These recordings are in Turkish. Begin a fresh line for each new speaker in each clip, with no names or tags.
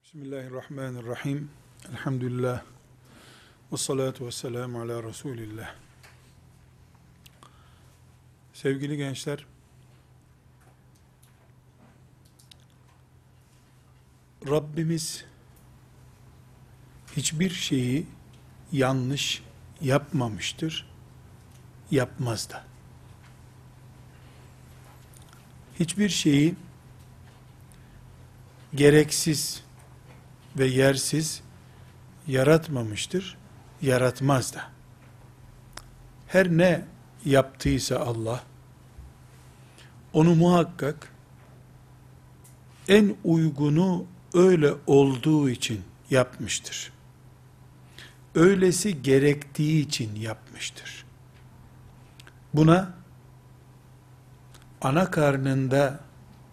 Bismillahirrahmanirrahim. Elhamdülillah. Ve salatu ve selamu ala Resulillah. Sevgili gençler, Rabbimiz hiçbir şeyi yanlış yapmamıştır, yapmaz da. Hiçbir şeyi gereksiz ve yersiz yaratmamıştır, yaratmaz da. Her ne yaptıysa Allah, onu muhakkak en uygunu öyle olduğu için yapmıştır. Öylesi gerektiği için yapmıştır. Buna ana karnında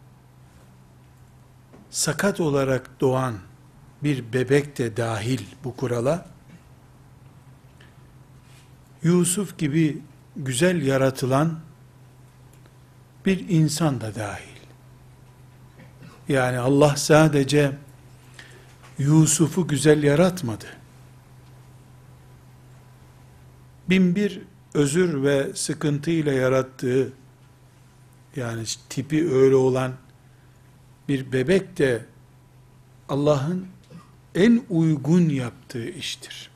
sakat olarak doğan bir bebek de dahil bu kurala, Yusuf gibi güzel yaratılan bir insan da dahil. Yani Allah sadece Yusuf'u güzel yaratmadı. Binbir özür ve sıkıntıyla yarattığı, yani tipi öyle olan bir bebek de Allah'ın en uygun yaptığı iştir.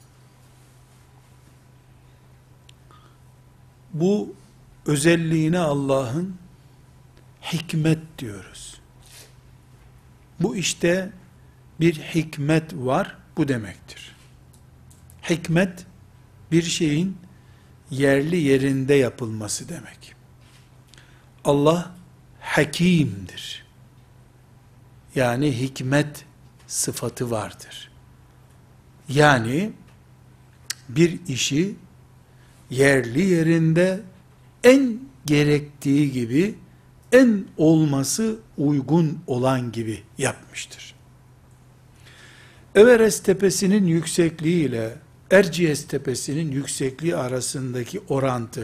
Bu özelliğine Allah'ın hikmet diyoruz. Bu işte bir hikmet var, bu demektir. Hikmet, bir şeyin yerli yerinde yapılması demek. Allah hakimdir. Yani hikmet sıfatı vardır. Yani bir işi yerli yerinde en gerektiği gibi, en olması uygun olan gibi yapmıştır. Everest tepesinin yüksekliği ile Erciyes tepesinin yüksekliği arasındaki orantı,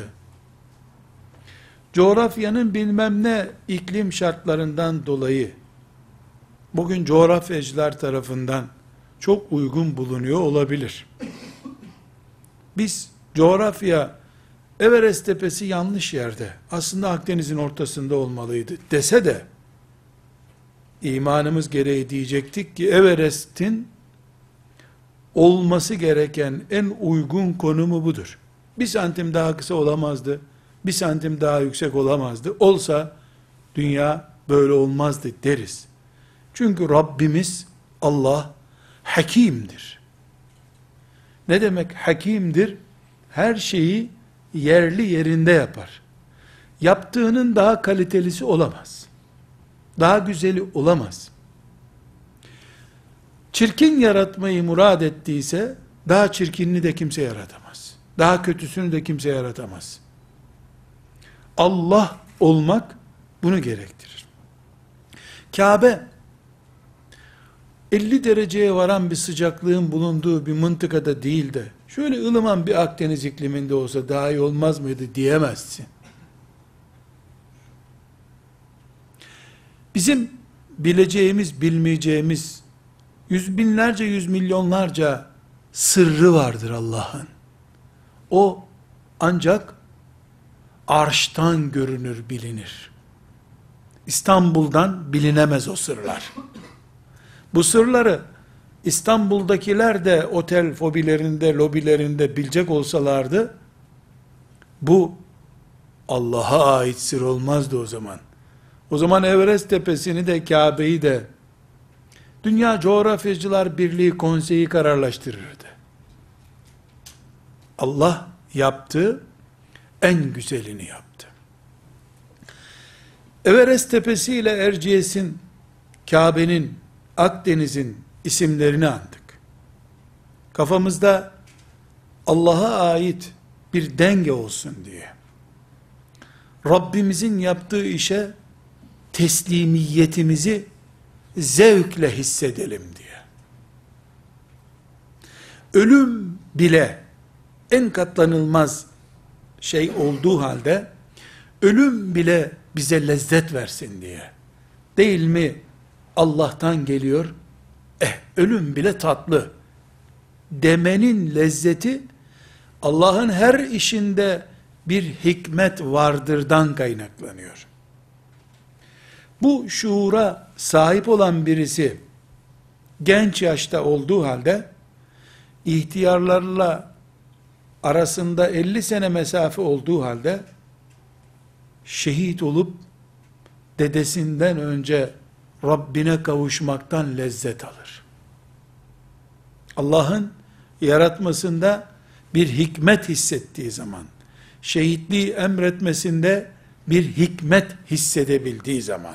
coğrafyanın bilmem ne iklim şartlarından dolayı, bugün coğrafyacılar tarafından çok uygun bulunuyor olabilir. Biz coğrafya, Everest tepesi yanlış yerde, aslında Akdeniz'in ortasında olmalıydı dese de, imanımız gereği diyecektik ki, Everest'in olması gereken en uygun konumu budur. 1 santim daha kısa olamazdı, 1 santim daha yüksek olamazdı. Olsa, dünya böyle olmazdı deriz. Çünkü Rabbimiz, Allah, hakimdir. Ne demek hakimdir? Her şeyi yerli yerinde yapar. Yaptığının daha kalitelisi olamaz. Daha güzeli olamaz. Çirkin yaratmayı murad ettiyse, daha çirkinini de kimse yaratamaz. Daha kötüsünü de kimse yaratamaz. Allah olmak bunu gerektirir. Kabe, 50 dereceye varan bir sıcaklığın bulunduğu bir mıntıkada değil de, şöyle ılıman bir Akdeniz ikliminde olsa daha iyi olmaz mıydı diyemezsin. Bizim bileceğimiz, bilmeyeceğimiz, yüz binlerce, yüz milyonlarca sırrı vardır Allah'ın. O ancak arştan görünür, bilinir. İstanbul'dan bilinemez o sırlar. Bu sırları İstanbul'dakiler de otel fobilerinde, lobilerinde bilecek olsalardı, bu Allah'a ait sır olmazdı o zaman. O zaman Everest tepesini de, Kabe'yi de, Dünya Coğrafyacılar Birliği Konseyi kararlaştırırdı. Allah yaptı, en güzelini yaptı. Everest tepesi ile Erciyes'in, Kabe'nin, Akdeniz'in isimlerini andık. Kafamızda Allah'a ait bir denge olsun diye, Rabbimizin yaptığı işe teslimiyetimizi zevkle hissedelim diye. Ölüm bile en katlanılmaz şey olduğu halde, ölüm bile bize lezzet versin diye. Değil mi? Allah'tan geliyor, Ölüm bile tatlı demenin lezzeti, Allah'ın her işinde bir hikmet vardırdan kaynaklanıyor. Bu şuura sahip olan birisi, genç yaşta olduğu halde, ihtiyarlarla arasında 50 sene mesafe olduğu halde, şehit olup, dedesinden önce Rabbine kavuşmaktan lezzet alır. Allah'ın yaratmasında bir hikmet hissettiği zaman, şehitliği emretmesinde bir hikmet hissedebildiği zaman.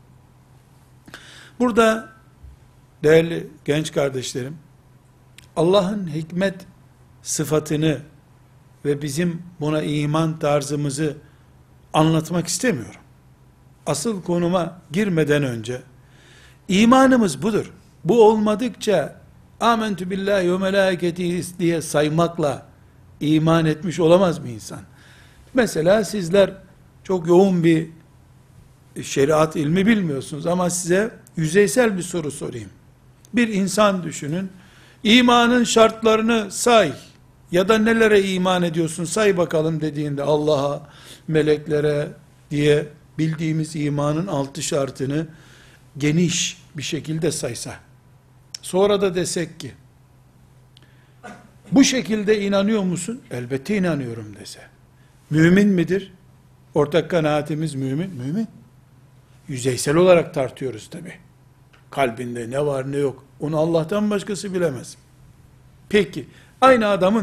Burada değerli genç kardeşlerim, Allah'ın hikmet sıfatını ve bizim buna iman tarzımızı anlatmak istemiyorum. Asıl konuma girmeden önce, imanımız budur. Bu olmadıkça, Âmentü billahi ve melâiketihi diye saymakla iman etmiş olamaz mı insan? Mesela sizler çok yoğun bir şeriat ilmi bilmiyorsunuz ama size yüzeysel bir soru sorayım. Bir insan düşünün, imanın şartlarını say ya da nelere iman ediyorsun say bakalım dediğinde, Allah'a, meleklere diye bildiğimiz imanın 6 şartını geniş bir şekilde saysa, sonra da desek ki, bu şekilde inanıyor musun? Elbette inanıyorum dese. Mümin midir? Ortak kanaatimiz mümin. Mümin. Yüzeysel olarak tartıyoruz tabi. Kalbinde ne var ne yok, onu Allah'tan başkası bilemez. Peki, aynı adamın,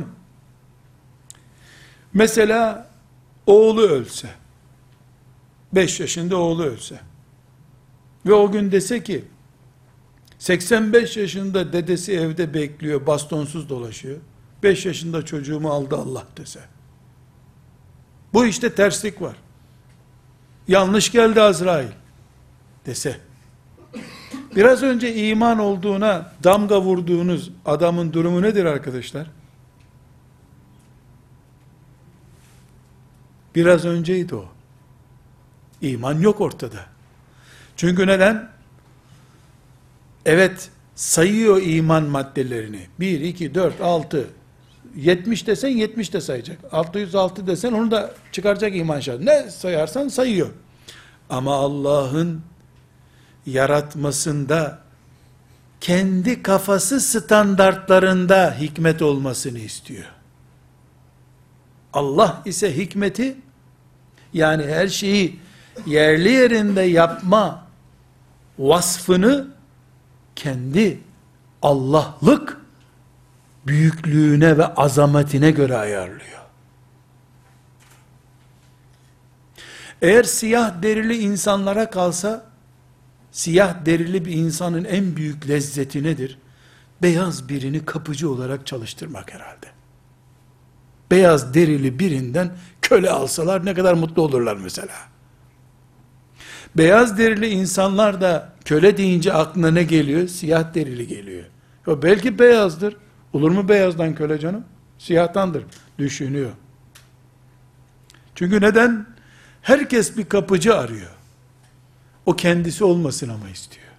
mesela oğlu ölse, 5 yaşında oğlu ölse, ve o gün dese ki, 85 yaşında dedesi evde bekliyor, bastonsuz dolaşıyor, 5 yaşında çocuğumu aldı Allah dese, bu işte terslik var, yanlış geldi Azrail dese, biraz önce iman olduğuna damga vurduğunuz adamın durumu nedir arkadaşlar? Biraz önceydi o. İman yok ortada. Çünkü neden? Evet, sayıyor iman maddelerini. 1, 2, 4, 6, 70 desen 70 de sayacak. 606 desen onu da çıkaracak iman şartı. Ne sayarsan sayıyor. Ama Allah'ın yaratmasında kendi kafası standartlarında hikmet olmasını istiyor. Allah ise hikmeti, yani her şeyi yerli yerinde yapma vasfını kendi Allah'lık büyüklüğüne ve azametine göre ayarlıyor. Eğer siyah derili insanlara kalsa, siyah derili bir insanın en büyük lezzeti nedir? Beyaz birini kapıcı olarak çalıştırmak herhalde. Beyaz derili birinden köle alsalar ne kadar mutlu olurlar mesela. Beyaz derili insanlar da köle deyince aklına ne geliyor? Siyah derili geliyor. Ya belki beyazdır. Olur mu beyazdan köle canım? Siyahtandır. Düşünüyor. Çünkü neden? Herkes bir kapıcı arıyor. O kendisi olmasın ama istiyor.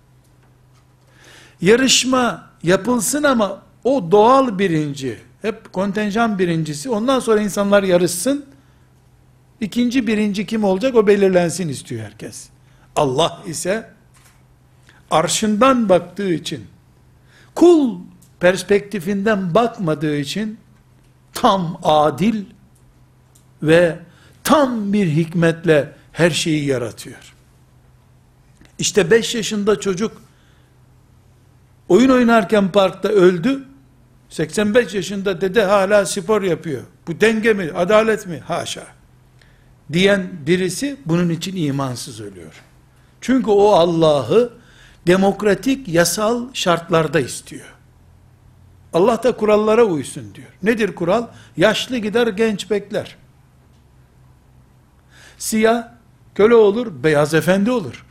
Yarışma yapılsın ama o doğal birinci, hep kontenjan birincisi, ondan sonra insanlar yarışsın, İkinci birinci kim olacak o belirlensin istiyor herkes. Allah ise arşından baktığı için, kul perspektifinden bakmadığı için tam adil ve tam bir hikmetle her şeyi yaratıyor. İşte 5 yaşında çocuk oyun oynarken parkta öldü. 85 yaşında dede hala spor yapıyor. Bu denge mi, adalet mi? Haşa. Diyen birisi bunun için imansız ölüyor. Çünkü o Allah'ı demokratik, yasal şartlarda istiyor. Allah da kurallara uysun diyor. Nedir kural? Yaşlı gider, genç bekler. Siyah köle olur, beyaz efendi olur.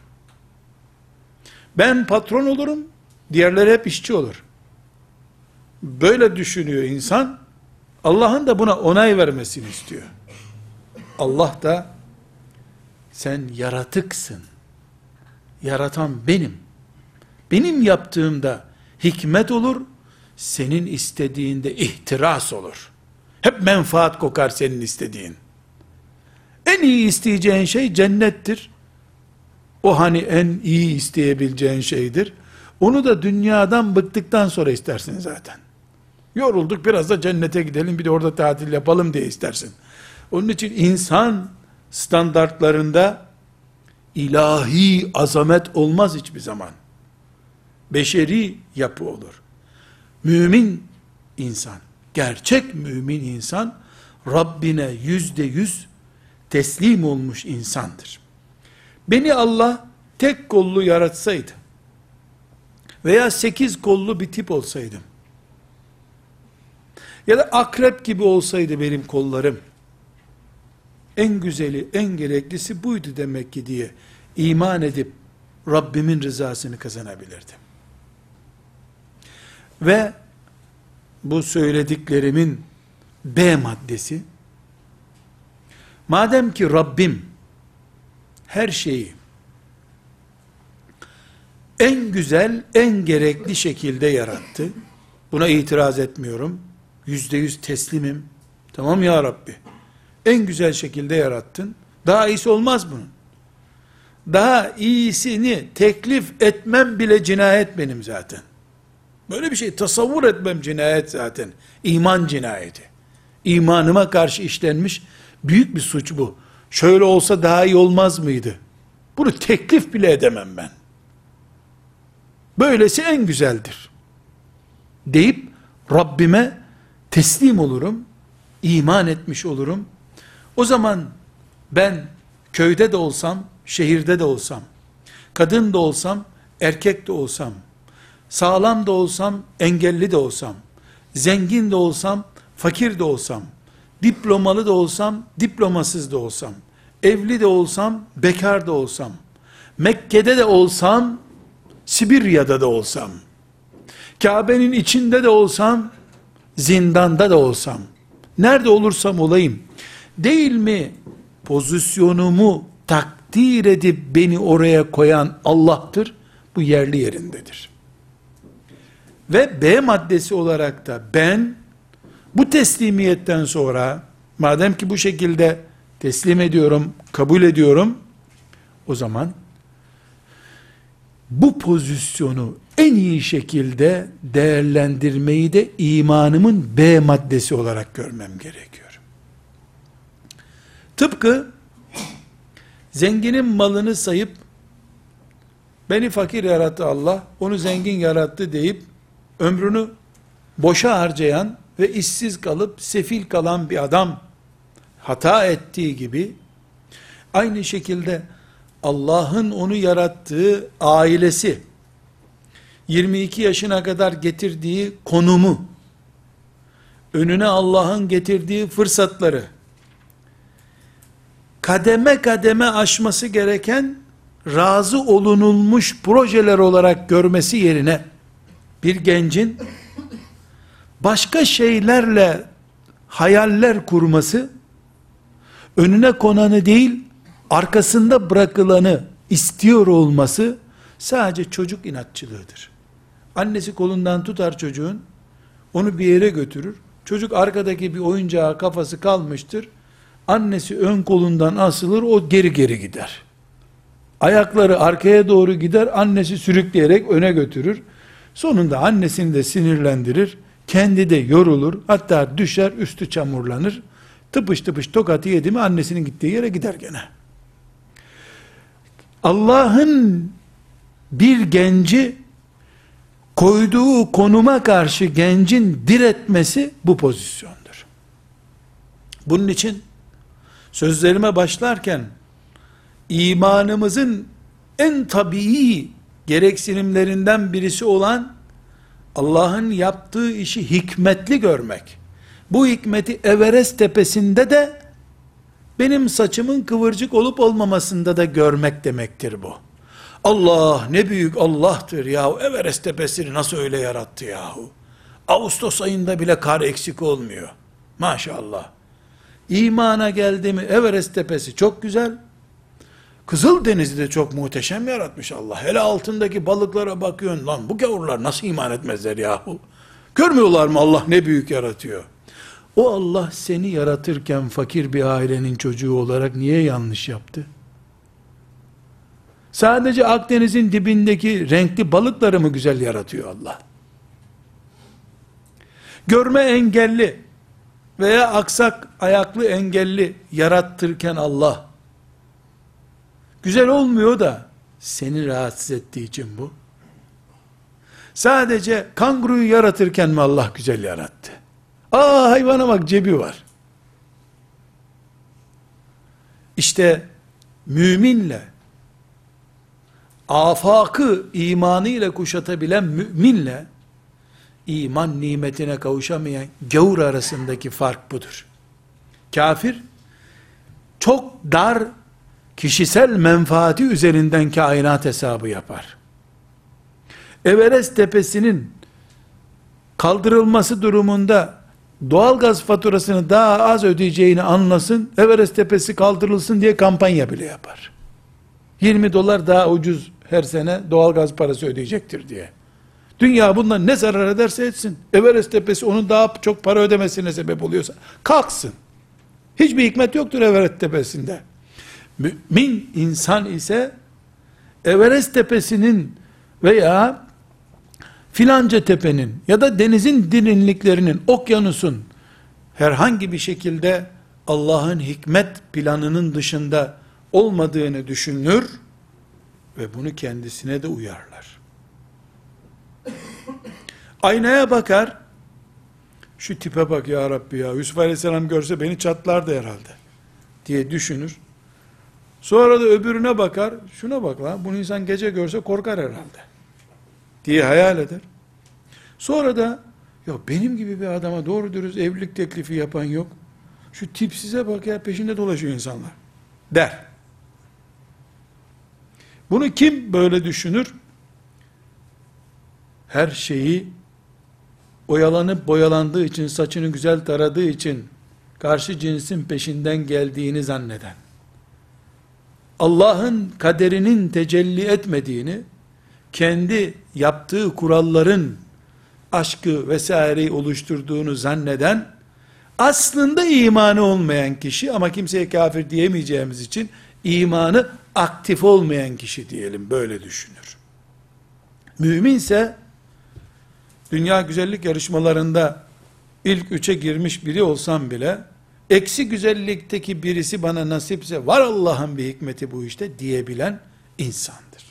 Ben patron olurum, diğerleri hep işçi olur. Böyle düşünüyor insan, Allah'ın da buna onay vermesini istiyor. Allah da, sen yaratıksın, yaratan benim Benim yaptığımda hikmet olur, senin istediğinde ihtiras olur. Hep menfaat kokar senin istediğin. En iyi isteyeceğin şey cennettir. O hani en iyi isteyebileceğin şeydir. Onu da dünyadan bıktıktan sonra istersin zaten. Yorulduk, biraz da cennete gidelim, bir de orada tatil yapalım diye istersin. Onun için insan standartlarında ilahi azamet olmaz hiçbir zaman. Beşeri yapı olur. Mümin insan, gerçek mümin insan, Rabbine %100 teslim olmuş insandır. Beni Allah tek kollu yaratsaydı, veya 8 kollu bir tip olsaydım, ya da akrep gibi olsaydı benim kollarım, en güzeli, en gereklisi buydu demek ki diye iman edip Rabbimin rızasını kazanabilirdim. Ve bu söylediklerimin B maddesi, madem ki Rabbim her şeyi en güzel, en gerekli şekilde yarattı, buna itiraz etmiyorum, %100 teslimim, tamam ya Rabbi, en güzel şekilde yarattın, daha iyisi olmaz bunun. Daha iyisini teklif etmem bile cinayet benim zaten. Böyle bir şey tasavvur etmem cinayet zaten. İman cinayeti. İmanıma karşı işlenmiş büyük bir suç bu. Şöyle olsa daha iyi olmaz mıydı? Bunu teklif bile edemem ben. Böylesi en güzeldir deyip Rabbime teslim olurum, iman etmiş olurum. O zaman ben köyde de olsam, şehirde de olsam, kadın da olsam, erkek de olsam, sağlam da olsam, engelli de olsam, zengin de olsam, fakir de olsam, diplomalı da olsam, diplomasız da olsam, evli de olsam, bekar da olsam, Mekke'de de olsam, Sibirya'da da olsam, Kabe'nin içinde de olsam, zindanda da olsam, nerede olursam olayım, değil mi pozisyonumu takdir edip beni oraya koyan Allah'tır, bu yerli yerindedir. Ve B maddesi olarak da ben, bu teslimiyetten sonra, madem ki bu şekilde teslim ediyorum, kabul ediyorum, o zaman, bu pozisyonu en iyi şekilde değerlendirmeyi de imanımın B maddesi olarak görmem gerekiyor. Tıpkı zenginin malını sayıp beni fakir yarattı Allah, onu zengin yarattı deyip ömrünü boşa harcayan ve işsiz kalıp sefil kalan bir adam hata ettiği gibi, aynı şekilde Allah'ın onu yarattığı ailesi, 22 yaşına kadar getirdiği konumu, önüne Allah'ın getirdiği fırsatları, kademe kademe aşması gereken, razı olunulmuş projeler olarak görmesi yerine, bir gencin, başka şeylerle hayaller kurması, önüne konanı değil, arkasında bırakılanı istiyor olması, sadece çocuk inatçılığıdır. Annesi kolundan tutar çocuğun, onu bir yere götürür, çocuk arkadaki bir oyuncağa kafası kalmıştır, annesi ön kolundan asılır, o geri geri gider. Ayakları arkaya doğru gider, annesi sürükleyerek öne götürür. Sonunda annesini de sinirlendirir, kendi de yorulur, hatta düşer, üstü çamurlanır, tıpış tıpış tokatı yedi mi annesinin gittiği yere gider gene. Allah'ın bir genci koyduğu konuma karşı gencin diretmesi bu pozisyondur. Bunun için sözlerime başlarken imanımızın en tabii gereksinimlerinden birisi olan Allah'ın yaptığı işi hikmetli görmek. Bu hikmeti Everest tepesinde de benim saçımın kıvırcık olup olmamasında da görmek demektir bu. Allah ne büyük Allah'tır yahu, Everest tepesini nasıl öyle yarattı yahu. Ağustos ayında bile kar eksik olmuyor. Maşallah. İmana geldi mi Everest tepesi çok güzel. Kızıldeniz'i de çok muhteşem yaratmış Allah. Hele altındaki balıklara bakıyorsun, lan bu gavurlar nasıl iman etmezler yahu? Görmüyorlar mı Allah ne büyük yaratıyor? O Allah seni yaratırken fakir bir ailenin çocuğu olarak niye yanlış yaptı? Sadece Akdeniz'in dibindeki renkli balıkları mı güzel yaratıyor Allah? Görme engelli veya aksak ayaklı engelli yarattırken Allah, güzel olmuyor da seni rahatsız ettiği için bu. Sadece kanguruyu yaratırken mi Allah güzel yarattı? Aa, hayvana bak, cebi var. İşte müminle, afakı imanıyla kuşatabilen müminle, iman nimetine kavuşamayan gavur arasındaki fark budur. Kafir, çok dar, kişisel menfaati üzerinden kainat hesabı yapar. Everest tepesinin kaldırılması durumunda doğalgaz faturasını daha az ödeyeceğini anlasın, Everest tepesi kaldırılsın diye kampanya bile yapar. 20 dolar daha ucuz her sene doğalgaz parası ödeyecektir diye. Dünya bundan ne zarar ederse etsin, Everest tepesi onun daha çok para ödemesine sebep oluyorsa kalksın. Hiçbir hikmet yoktur Everest tepesinde. Mümin insan ise Everest tepesinin veya filanca tepenin ya da denizin derinliklerinin, okyanusun herhangi bir şekilde Allah'ın hikmet planının dışında olmadığını düşünür ve bunu kendisine de uyarlar. Aynaya bakar, şu tipe bak ya Rabbi ya, Yusuf Aleyhisselam görse beni çatlardı herhalde diye düşünür. Sonra da öbürüne bakar, şuna bak lan, bunu insan gece görse korkar herhalde diye hayal eder. Sonra da ya benim gibi bir adama doğru dürüst evlilik teklifi yapan yok. Şu tipsize bak ya, peşinde dolaşıyor insanlar der. Bunu kim böyle düşünür? Her şeyi oyalanıp boyalandığı için, saçını güzel taradığı için karşı cinsin peşinden geldiğini zanneden, Allah'ın kaderinin tecelli etmediğini, kendi yaptığı kuralların aşkı vesaireyi oluşturduğunu zanneden, aslında imanı olmayan kişi, ama kimseye kafir diyemeyeceğimiz için imanı aktif olmayan kişi diyelim, böyle düşünür. Müminse dünya güzellik yarışmalarında ilk 3'e girmiş biri olsam bile, eksi güzellikteki birisi bana nasipse, var Allah'ın bir hikmeti bu işte diyebilen insandır.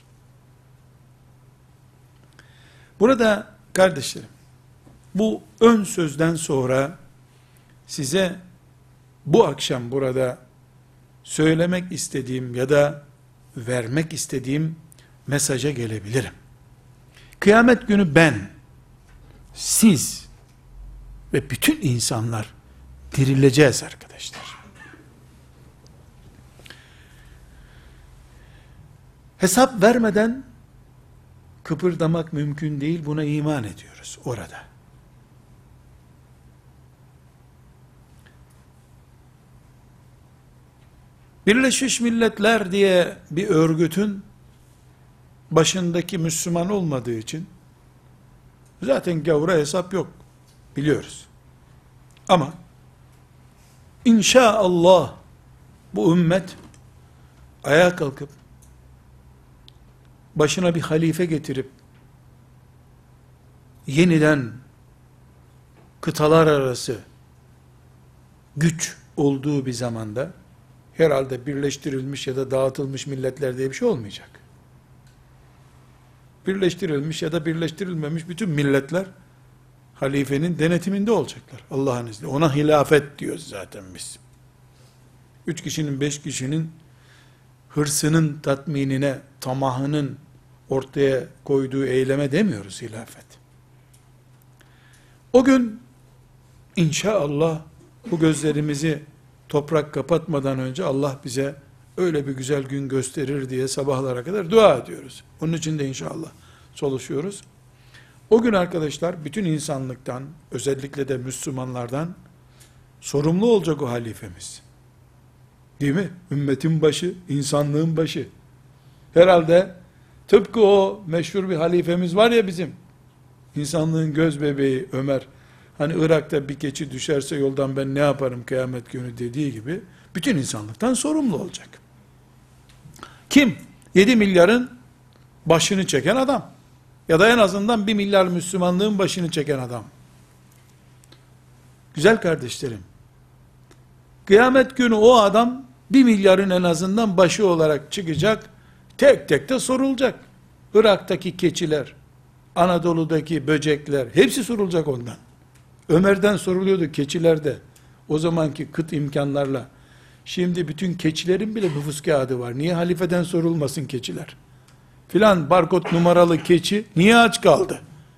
Burada kardeşlerim, bu ön sözden sonra size bu akşam burada söylemek istediğim ya da vermek istediğim mesaja gelebilirim. Kıyamet günü ben, siz ve bütün insanlar dirileceğiz arkadaşlar. Hesap vermeden kıpırdamak mümkün değil, buna iman ediyoruz orada. Birleşmiş Milletler diye bir örgütün başındaki Müslüman olmadığı için zaten gavura hesap yok, biliyoruz. Ama İnşallah bu ümmet ayağa kalkıp başına bir halife getirip yeniden kıtalar arası güç olduğu bir zamanda herhalde birleştirilmiş ya da dağıtılmış milletler diye bir şey olmayacak. Birleştirilmiş ya da birleştirilmemiş bütün milletler halifenin denetiminde olacaklar Allah'ın izniyle. Ona hilafet diyoruz zaten biz. 3 kişinin 5 kişinin hırsının tatminine, tamahının ortaya koyduğu eyleme demiyoruz hilafet. O gün inşallah bu gözlerimizi toprak kapatmadan önce Allah bize öyle bir güzel gün gösterir diye sabahlara kadar dua ediyoruz. Onun için de inşallah çalışıyoruz. O gün arkadaşlar bütün insanlıktan, özellikle de Müslümanlardan sorumlu olacak o halifemiz. Değil mi? Ümmetin başı, insanlığın başı. Herhalde tıpkı o meşhur bir halifemiz var ya bizim. İnsanlığın göz bebeği Ömer. Hani Irak'ta bir keçi düşerse yoldan ben ne yaparım kıyamet günü dediği gibi bütün insanlıktan sorumlu olacak. Kim? 7 milyarın başını çeken adam. Ya da en azından 1 milyar Müslümanlığın başını çeken adam. Güzel kardeşlerim. Kıyamet günü o adam 1 milyarın en azından başı olarak çıkacak. Tek tek de sorulacak. Irak'taki keçiler, Anadolu'daki böcekler, hepsi sorulacak ondan. Ömer'den soruluyordu keçilerde. O zamanki kıt imkanlarla. Şimdi bütün keçilerin bile nüfus kağıdı var. Niye halifeden sorulmasın keçiler? Filan barkod numaralı keçi niye aç kaldı?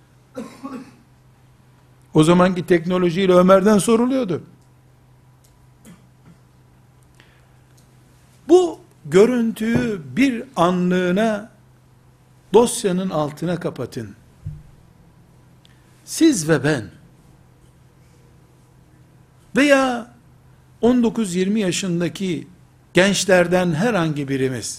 O zamanki teknolojiyle Ömer'den soruluyordu. Bu görüntüyü bir anlığına dosyanın altına kapatın. Siz ve ben veya 19-20 yaşındaki gençlerden herhangi birimiz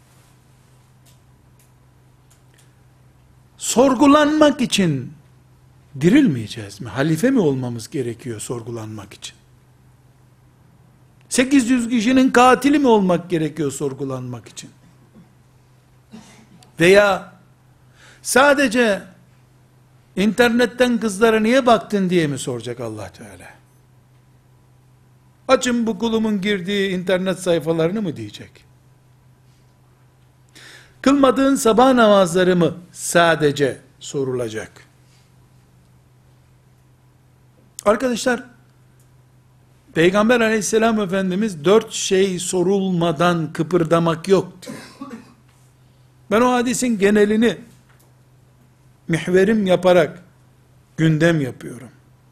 sorgulanmak için dirilmeyeceğiz mi? Halife mi olmamız gerekiyor sorgulanmak için? 800 kişinin katili mi olmak gerekiyor sorgulanmak için? Veya sadece internetten kızlara niye baktın diye mi soracak Allah Teala? Açın bu kulumun girdiği internet sayfalarını mı diyecek? Kılmadığın sabah namazları mı sadece sorulacak? Arkadaşlar, Peygamber aleyhisselam Efendimiz 4 şey sorulmadan kıpırdamak yok diyor. Ben o hadisin genelini mihverim yaparak gündem yapıyorum.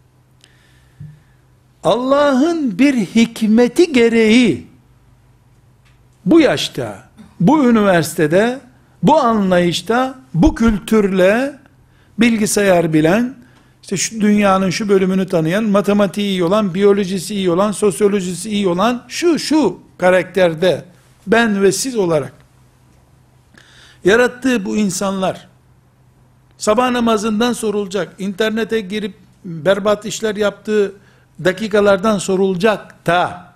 Allah'ın bir hikmeti gereği bu yaşta, bu üniversitede, bu anlayışta, bu kültürle bilgisayar bilen, işte şu dünyanın şu bölümünü tanıyan, matematiği iyi olan, biyolojisi iyi olan, sosyolojisi iyi olan, şu karakterde ben ve siz olarak yarattığı bu insanlar sabah namazından sorulacak, internete girip berbat işler yaptığı dakikalardan sorulacak da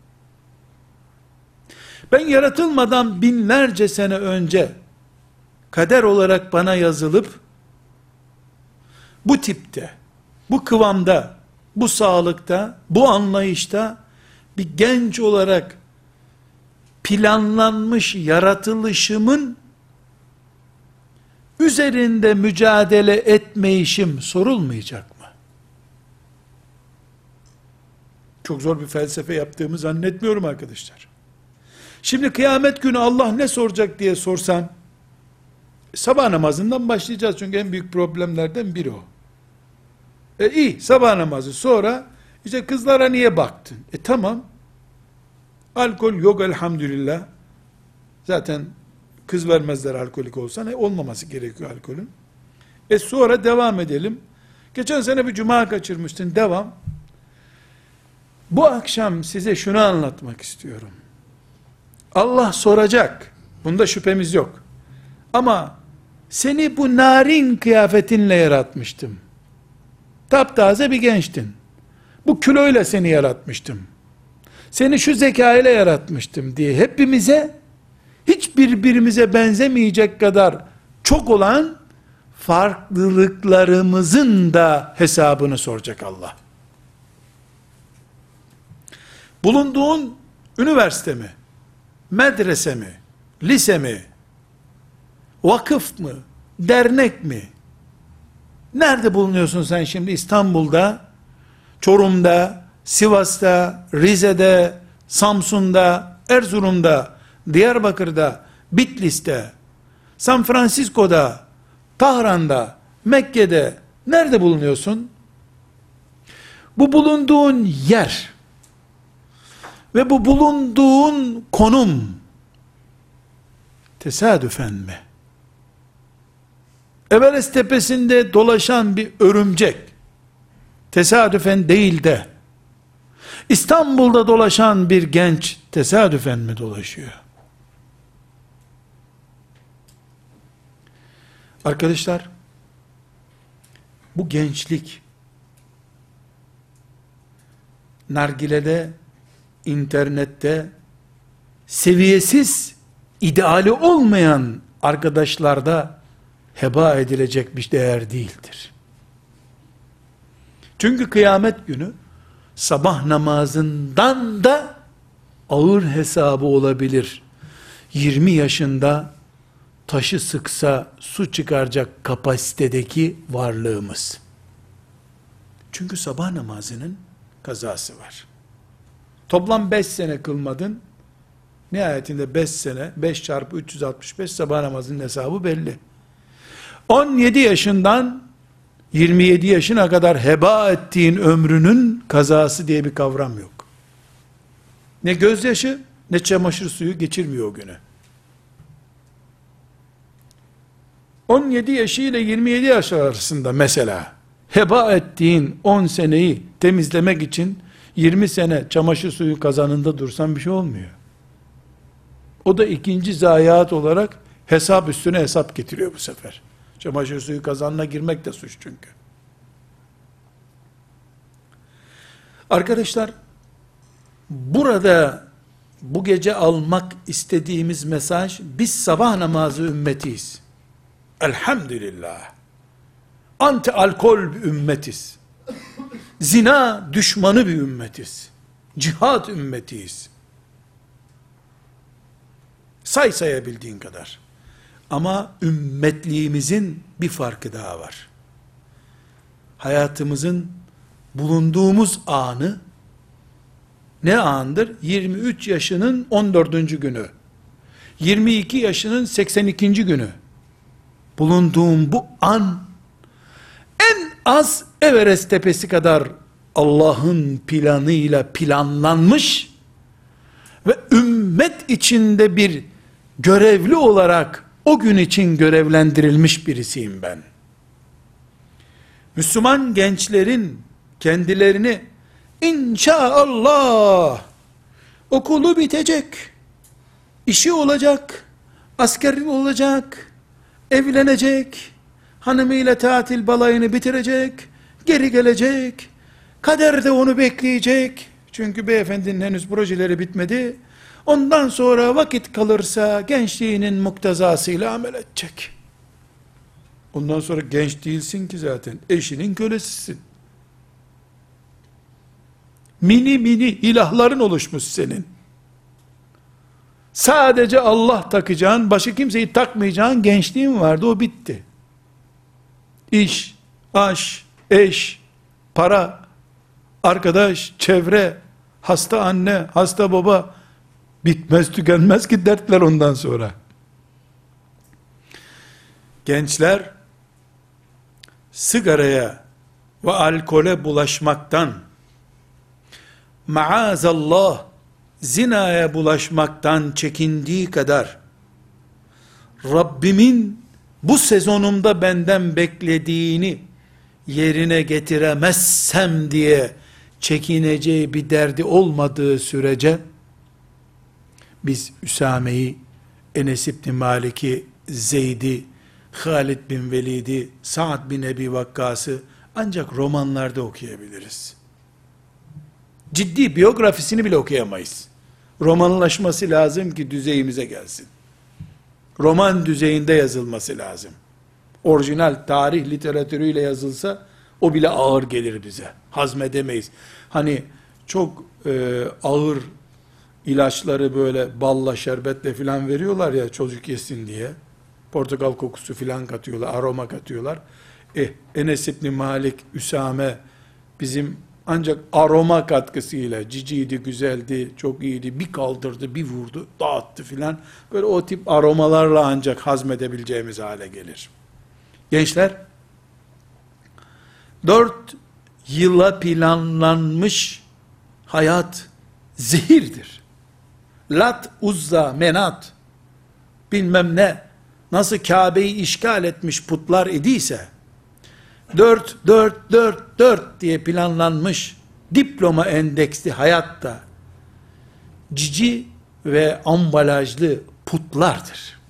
ben yaratılmadan binlerce sene önce kader olarak bana yazılıp bu tipte, bu kıvamda, bu sağlıkta, bu anlayışta bir genç olarak planlanmış yaratılışımın üzerinde mücadele etmeyişim sorulmayacak mı? Çok zor bir felsefe yaptığımı zannetmiyorum arkadaşlar. Şimdi kıyamet günü Allah ne soracak diye sorsam, sabah namazından başlayacağız çünkü en büyük problemlerden biri o. İyi, sabah namazı sonra, işte kızlara niye baktın? Tamam, alkol yok elhamdülillah, zaten kız vermezler alkolik olsa, olmaması gerekiyor alkolün. Sonra devam edelim. Geçen sene bir cuma kaçırmıştın, devam. Bu akşam size şunu anlatmak istiyorum. Allah soracak, bunda şüphemiz yok. Ama seni bu narin kıyafetinle yaratmıştım. Taptaze bir gençtin. Bu kiloyla seni yaratmıştım. Seni şu zeka ile yaratmıştım diye hepimize, hiç birbirimize benzemeyecek kadar çok olan farklılıklarımızın da hesabını soracak Allah. Bulunduğun üniversite mi, medrese mi, lise mi, vakıf mı, dernek mi? Nerede bulunuyorsun sen şimdi? İstanbul'da, Çorum'da, Sivas'ta, Rize'de, Samsun'da, Erzurum'da, Diyarbakır'da, Bitlis'te, San Francisco'da, Tahran'da, Mekke'de, nerede bulunuyorsun? Bu bulunduğun yer ve bu bulunduğun konum tesadüfen mi? Everest tepesinde dolaşan bir örümcek tesadüfen değil de İstanbul'da dolaşan bir genç tesadüfen mi dolaşıyor? Arkadaşlar, bu gençlik, nargilede, internette, seviyesiz, ideali olmayan arkadaşlarda heba edilecek bir değer değildir. Çünkü kıyamet günü, sabah namazından da ağır hesabı olabilir. 20 yaşında taşı sıksa su çıkaracak kapasitedeki varlığımız. Çünkü sabah namazının kazası var. Toplam 5 sene kılmadın. Nihayetinde 5 sene, 5 çarpı 365 sabah namazının hesabı belli. 17 yaşından 27 yaşına kadar heba ettiğin ömrünün kazası diye bir kavram yok. Ne gözyaşı, ne çamaşır suyu geçirmiyor o günü. 17 yaşı ile 27 yaş arasında mesela heba ettiğin 10 seneyi temizlemek için 20 sene çamaşır suyu kazanında dursan bir şey olmuyor. O da ikinci zayiat olarak hesap üstüne hesap getiriyor bu sefer. Çamaşır suyu kazanına girmek de suç çünkü. Arkadaşlar, burada bu gece almak istediğimiz mesaj, biz sabah namazı ümmetiyiz. Elhamdülillah. Anti alkol bir ümmetiz. Zina düşmanı bir ümmetiz. Cihat ümmetiyiz. Say sayabildiğin kadar. Ama ümmetliğimizin bir farkı daha var. Hayatımızın bulunduğumuz anı ne andır? 23 yaşının 14. günü. 22 yaşının 82. günü. Bulunduğum bu an en az Everest tepesi kadar Allah'ın planıyla planlanmış ve ümmet içinde bir görevli olarak o gün için görevlendirilmiş birisiyim ben. Müslüman gençlerin kendilerini inşallah okulu bitecek, işi olacak, askeri olacak, evlenecek, hanımıyla tatil balayını bitirecek, geri gelecek, kader de onu bekleyecek, çünkü beyefendinin henüz projeleri bitmedi, ondan sonra vakit kalırsa gençliğinin muktezasıyla amel edecek. Ondan sonra genç değilsin ki zaten, eşinin kölesisin. Mini ilahların oluşmuş senin. Sadece Allah takacağın, başka kimseyi takmayacağın gençliğin vardı, o bitti. İş, aş, eş, para, arkadaş, çevre, hasta anne, hasta baba, bitmez tükenmez ki dertler ondan sonra. Gençler, sigaraya ve alkole bulaşmaktan, maazallah, zinaya bulaşmaktan çekindiği kadar, Rabbimin bu sezonumda benden beklediğini yerine getiremezsem diye çekineceği bir derdi olmadığı sürece, biz Üsame'yi, Enes İbni Malik'i, Zeyd'i, Halid bin Velid'i, Sa'd bin Ebi Vakkas'ı ancak romanlarda okuyabiliriz. Ciddi biyografisini bile okuyamayız. Romanlaşması lazım ki düzeyimize gelsin. Roman düzeyinde yazılması lazım. Orijinal tarih literatürüyle yazılsa o bile ağır gelir bize. Hazmedemeyiz. Hani çok ağır ilaçları böyle balla şerbetle filan veriyorlar ya çocuk yesin diye. Portakal kokusu filan katıyorlar, aroma katıyorlar. Enes İbni Malik, Üsame bizim ancak aroma katkısıyla, ciciydi, güzeldi, çok iyiydi, bir kaldırdı, bir vurdu, dağıttı filan. Böyle o tip aromalarla ancak hazmedebileceğimiz hale gelir. Gençler, 4 yıla planlanmış hayat zehirdir. Lat, Uzza, Menat, bilmem ne, nasıl Kabe'yi işgal etmiş putlar idiyse, 4 diye planlanmış diploma endeksli hayatta cici ve ambalajlı putlardır.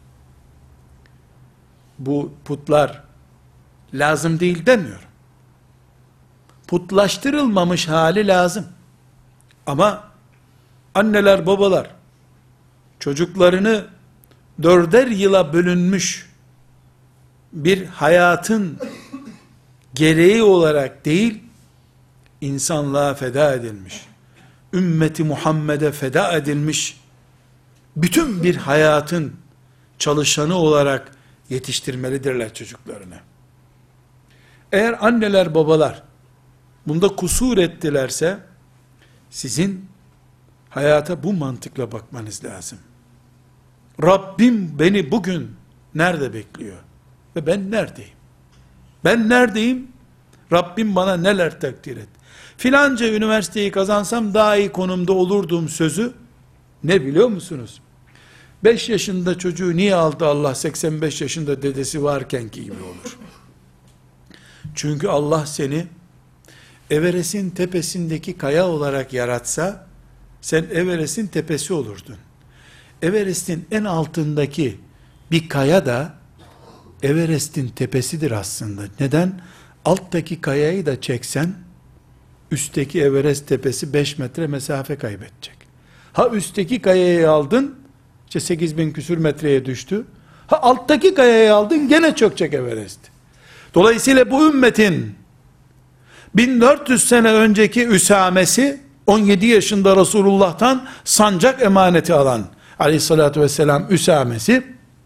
Bu putlar lazım değil demiyorum. Putlaştırılmamış hali lazım. Ama anneler, babalar çocuklarını 4'er yıla bölünmüş bir hayatın gereği olarak değil, insanlığa feda edilmiş, ümmeti Muhammed'e feda edilmiş, bütün bir hayatın çalışanı olarak yetiştirmelidirler çocuklarını. Eğer anneler, babalar bunda kusur ettilerse, sizin hayata bu mantıkla bakmanız lazım. Rabbim beni bugün nerede bekliyor? Ve ben neredeyim? Ben neredeyim? Rabbim bana neler takdir et? Filanca üniversiteyi kazansam daha iyi konumda olurdum sözü ne biliyor musunuz? 5 yaşında çocuğu niye aldı Allah 85 yaşında dedesi varkenki gibi olur. Çünkü Allah seni Everest'in tepesindeki kaya olarak yaratsa, sen Everest'in tepesi olurdun. Everest'in en altındaki bir kaya da Everest'in tepesidir aslında. Neden? Alttaki kayayı da çeksen, üstteki Everest tepesi 5 metre mesafe kaybedecek. Ha üstteki kayayı aldın, işte 8.000 küsür metreye düştü. Ha alttaki kayayı aldın, gene çökecek Everest. Dolayısıyla bu ümmetin 1400 sene önceki Üsamesi, 17 yaşında Resulullah'tan sancak emaneti alan aleyhissalatü vesselam Üsamesi,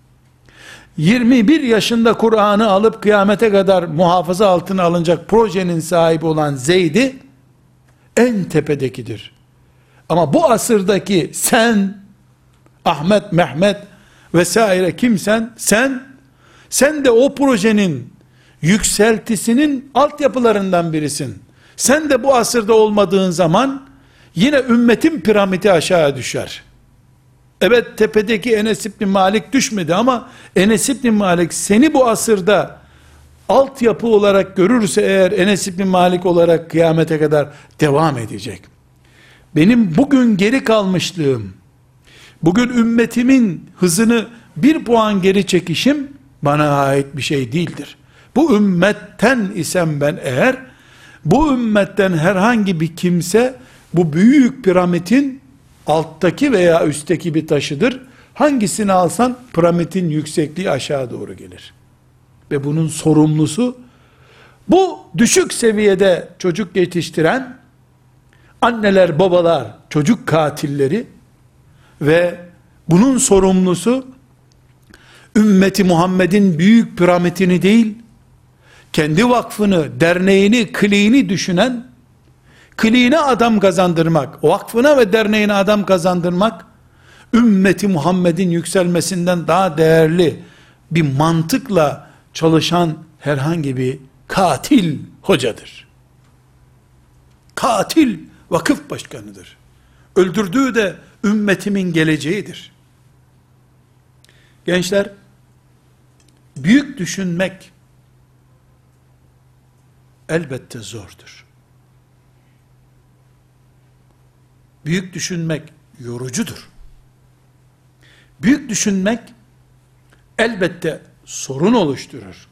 21 yaşında Kur'an'ı alıp kıyamete kadar muhafaza altına alınacak projenin sahibi olan Zeyd'i en tepedekidir. Ama bu asırdaki sen, Ahmet, Mehmet vesaire kimsen, sen de o projenin yükseltisinin altyapılarından birisin. Sen de bu asırda olmadığın zaman yine ümmetin piramidi aşağı düşer. Evet, tepedeki Enes İbni Malik düşmedi ama Enes İbni Malik seni bu asırda altyapı olarak görürse eğer, Enes İbni Malik olarak kıyamete kadar devam edecek. Benim bugün geri kalmışlığım, bugün ümmetimin hızını 1 puan geri çekişim bana ait bir şey değildir. Bu ümmetten isem ben eğer, bu ümmetten herhangi bir kimse bu büyük piramidin alttaki veya üstteki bir taşıdır. Hangisini alsan piramidin yüksekliği aşağı doğru gelir. Ve bunun sorumlusu bu düşük seviyede çocuk yetiştiren anneler, babalar, çocuk katilleri ve bunun sorumlusu ümmeti Muhammed'in büyük piramidini değil, kendi vakfını, derneğini, kliğini düşünen, kliğine adam kazandırmak, vakfına ve derneğine adam kazandırmak, ümmeti Muhammed'in yükselmesinden daha değerli bir mantıkla çalışan herhangi bir katil hocadır. Katil vakıf başkanıdır. Öldürdüğü de ümmetimin geleceğidir. Gençler, büyük düşünmek elbette zordur. Büyük düşünmek yorucudur. Büyük düşünmek elbette sorun oluşturur.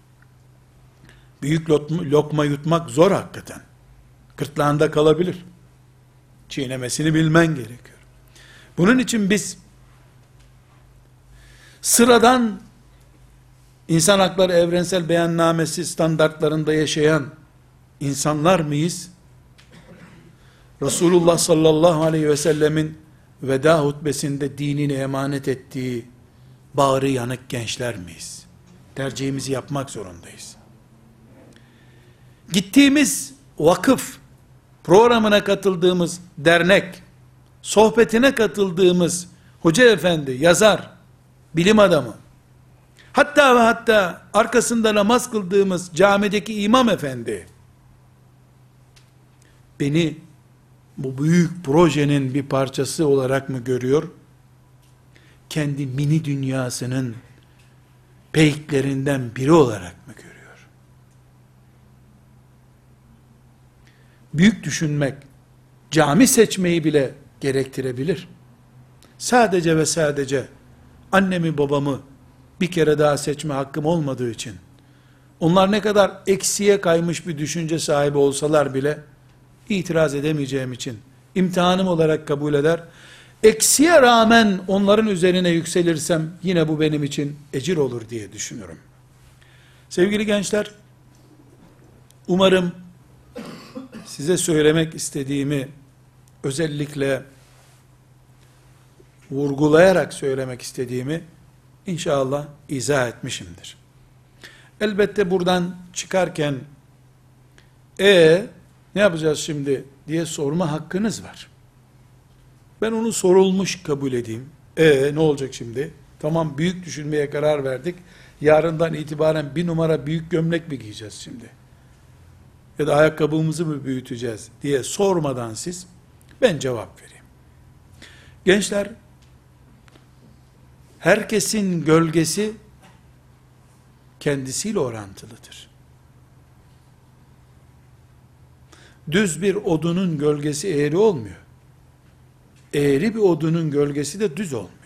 Büyük lokma yutmak zor hakikaten. Gırtlağında kalabilir. Çiğnemesini bilmen gerekiyor. Bunun için biz sıradan insan hakları evrensel beyannamesi standartlarında yaşayan insanlar mıyız? Resulullah sallallahu aleyhi ve sellemin veda hutbesinde dinini emanet ettiği bağrı yanık gençler miyiz? Tercihimizi yapmak zorundayız. Gittiğimiz vakıf, programına katıldığımız dernek, sohbetine katıldığımız hoca efendi, yazar, bilim adamı, hatta ve hatta arkasında namaz kıldığımız camideki imam efendi, beni bu büyük projenin bir parçası olarak mı görüyor? Kendi mini dünyasının peyklerinden biri olarak mı görüyor? Büyük düşünmek, cami seçmeyi bile gerektirebilir. Sadece ve sadece annemi babamı bir kere daha seçme hakkım olmadığı için, onlar ne kadar eksiye kaymış bir düşünce sahibi olsalar bile, itiraz edemeyeceğim için, imtihanım olarak kabul eder, eksiye rağmen onların üzerine yükselirsem, yine bu benim için ecir olur diye düşünüyorum. Sevgili gençler, umarım size söylemek istediğimi, özellikle vurgulayarak söylemek istediğimi, İnşallah izah etmişimdir. Elbette buradan çıkarken, ne yapacağız şimdi diye sorma hakkınız var. Ben onu sorulmuş kabul edeyim. Ne olacak şimdi? Tamam, büyük düşünmeye karar verdik. Yarından itibaren bir numara büyük gömlek mi giyeceğiz şimdi? Ya da ayakkabımızı mı büyüteceğiz diye sormadan siz, ben cevap vereyim. Gençler, herkesin gölgesi kendisiyle orantılıdır. Düz bir odunun gölgesi eğri olmuyor. Eğri bir odunun gölgesi de düz olmuyor.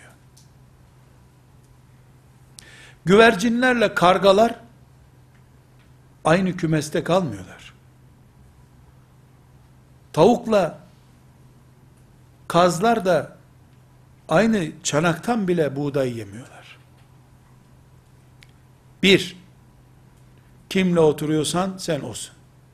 Güvercinlerle kargalar aynı kümeste kalmıyorlar. Tavukla kazlar da aynı çanaktan bile buğday yemiyorlar. Bir, kimle oturuyorsan sen olsun.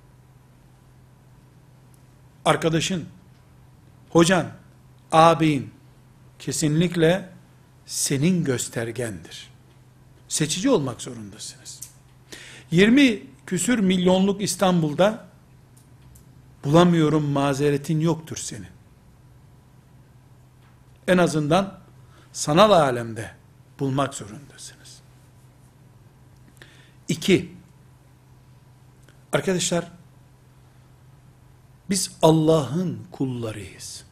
Arkadaşın, hocan, ağabeyin kesinlikle senin göstergendir. Seçici olmak zorundasınız. 20 küsür milyonluk İstanbul'da bulamıyorum mazeretin yoktur senin. En azından sanal alemde bulmak zorundasınız. 2. Arkadaşlar, biz Allah'ın kullarıyız.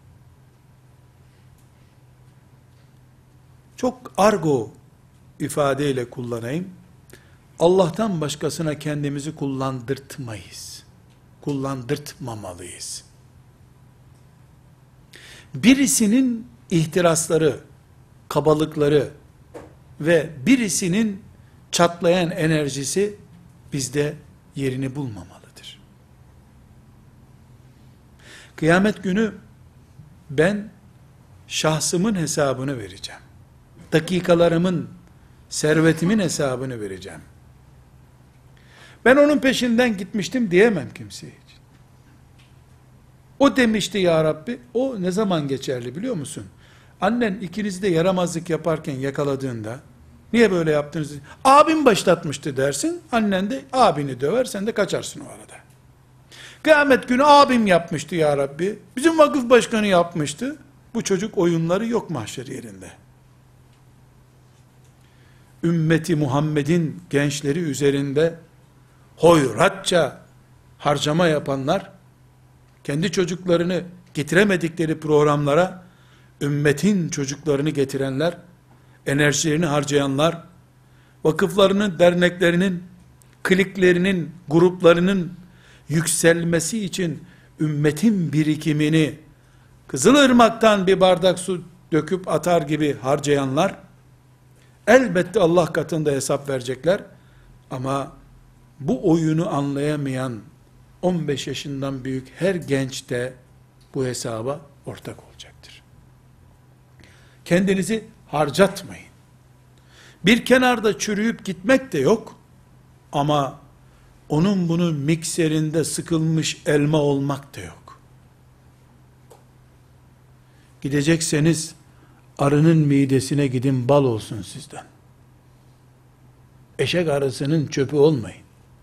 Çok argo ifadeyle kullanayım. Allah'tan başkasına kendimizi kullandırtmayız. Kullandırtmamalıyız. Birisinin ihtirasları, kabalıkları ve birisinin çatlayan enerjisi bizde yerini bulmamalıdır. Kıyamet günü ben şahsımın hesabını vereceğim. Dakikalarımın, servetimin hesabını vereceğim. Ben onun peşinden gitmiştim diyemem kimseye için. O demişti ya Rabbi, o ne zaman geçerli biliyor musun? Annen ikinizi de yaramazlık yaparken yakaladığında, niye böyle yaptınız? Abim başlatmıştı dersin, annen de abini döver, sen de kaçarsın o arada. Kıyamet günü abim yapmıştı ya Rabbi, bizim vakıf başkanı yapmıştı, bu çocuk oyunları yok mahşer yerinde. Ümmeti Muhammed'in gençleri üzerinde hoyratça harcama yapanlar, kendi çocuklarını getiremedikleri programlara, ümmetin çocuklarını getirenler, enerjilerini harcayanlar, vakıflarının, derneklerinin, kliklerinin, gruplarının yükselmesi için ümmetin birikimini Kızılırmak'tan bir bardak su döküp atar gibi harcayanlar, elbette Allah katında hesap verecekler. Ama bu oyunu anlayamayan 15 yaşından büyük her genç de bu hesaba ortak olacaktır. Kendinizi harcatmayın. Bir kenarda çürüyüp gitmek de yok. Ama onun bunun mikserinde sıkılmış elma olmak da yok. Gidecekseniz arının midesine gidin, bal olsun sizden. Eşek arısının çöpü olmayın.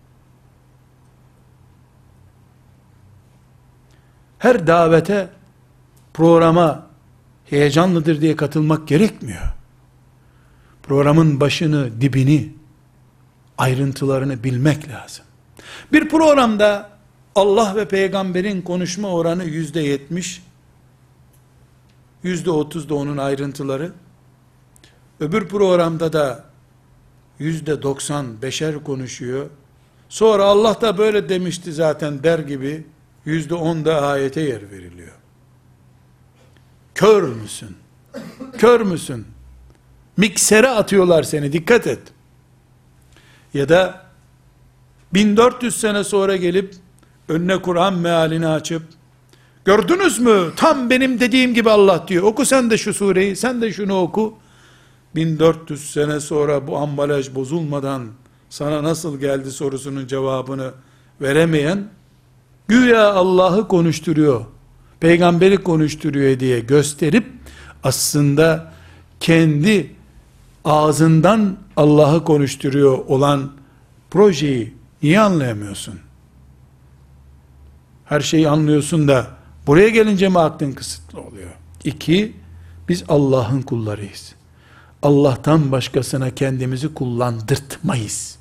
Her davete, programa heyecanlıdır diye katılmak gerekmiyor. Programın başını, dibini, ayrıntılarını bilmek lazım. Bir programda Allah ve peygamberin konuşma oranı %70, %30 da onun ayrıntıları. Öbür programda da %90 beşer konuşuyor. Sonra Allah da böyle demişti zaten der gibi %10 da ayete yer veriliyor. Kör müsün? Kör müsün? Miksere atıyorlar seni, dikkat et. Ya da 1400 sene sonra gelip önüne Kur'an mealini açıp, gördünüz mü? Tam benim dediğim gibi Allah diyor. Oku sen de şu sureyi, sen de şunu oku. 1400 sene sonra bu ambalaj bozulmadan sana nasıl geldi sorusunun cevabını veremeyen, güya Allah'ı konuşturuyor, peygamberi konuşturuyor diye gösterip, aslında kendi ağzından Allah'ı konuşturuyor olan projeyi niye anlayamıyorsun? Her şeyi anlıyorsun da buraya gelince mi aklın kısıtlı oluyor? 2, biz Allah'ın kullarıyız. Allah'tan başkasına kendimizi kullandırtmayız.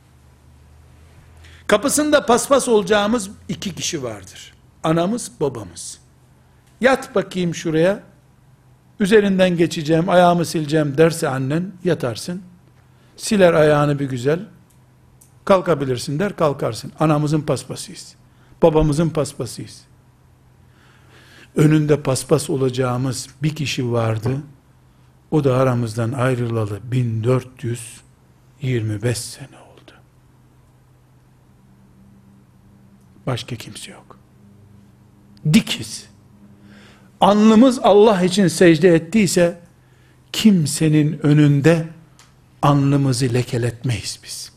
Kapısında paspas olacağımız 2 kişi vardır. Anamız, babamız. Yat bakayım şuraya, üzerinden geçeceğim, ayağımı sileceğim derse annen, yatarsın. Siler ayağını bir güzel, kalkabilirsin der, kalkarsın. Anamızın paspasıyız. Babamızın paspasıyız. Önünde paspas olacağımız bir kişi vardı. O da aramızdan ayrılalı 1425 sene oldu. Başka kimse yok. Dikiz. Alnımız Allah için secde ettiyse, kimsenin önünde alnımızı lekeletmeyiz biz.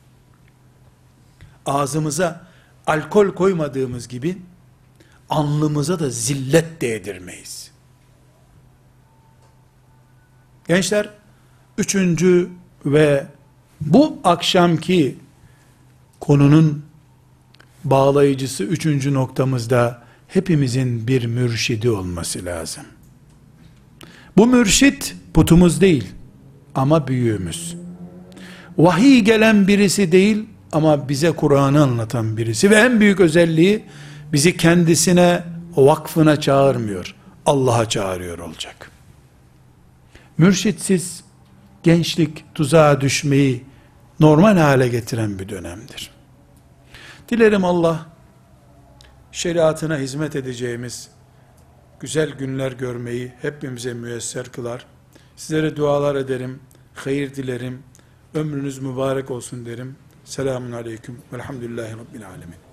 Ağzımıza alkol koymadığımız gibi, alnımıza da zillet değdirmeyiz. Gençler, 3. ve bu akşamki konunun bağlayıcısı 3. noktamızda, hepimizin bir mürşidi olması lazım. Bu mürşit putumuz değil ama büyüğümüz. Vahiy gelen birisi değil ama bize Kur'an'ı anlatan birisi ve en büyük özelliği, bizi kendisine, vakfına çağırmıyor, Allah'a çağırıyor olacak. Mürşitsiz gençlik tuzağa düşmeyi normal hale getiren bir dönemdir. Dilerim Allah şeriatına hizmet edeceğimiz güzel günler görmeyi hepimize müyesser kılar. Sizlere dualar ederim, hayır dilerim, ömrünüz mübarek olsun derim. Selamun aleyküm velhamdülillahi rabbil alemin.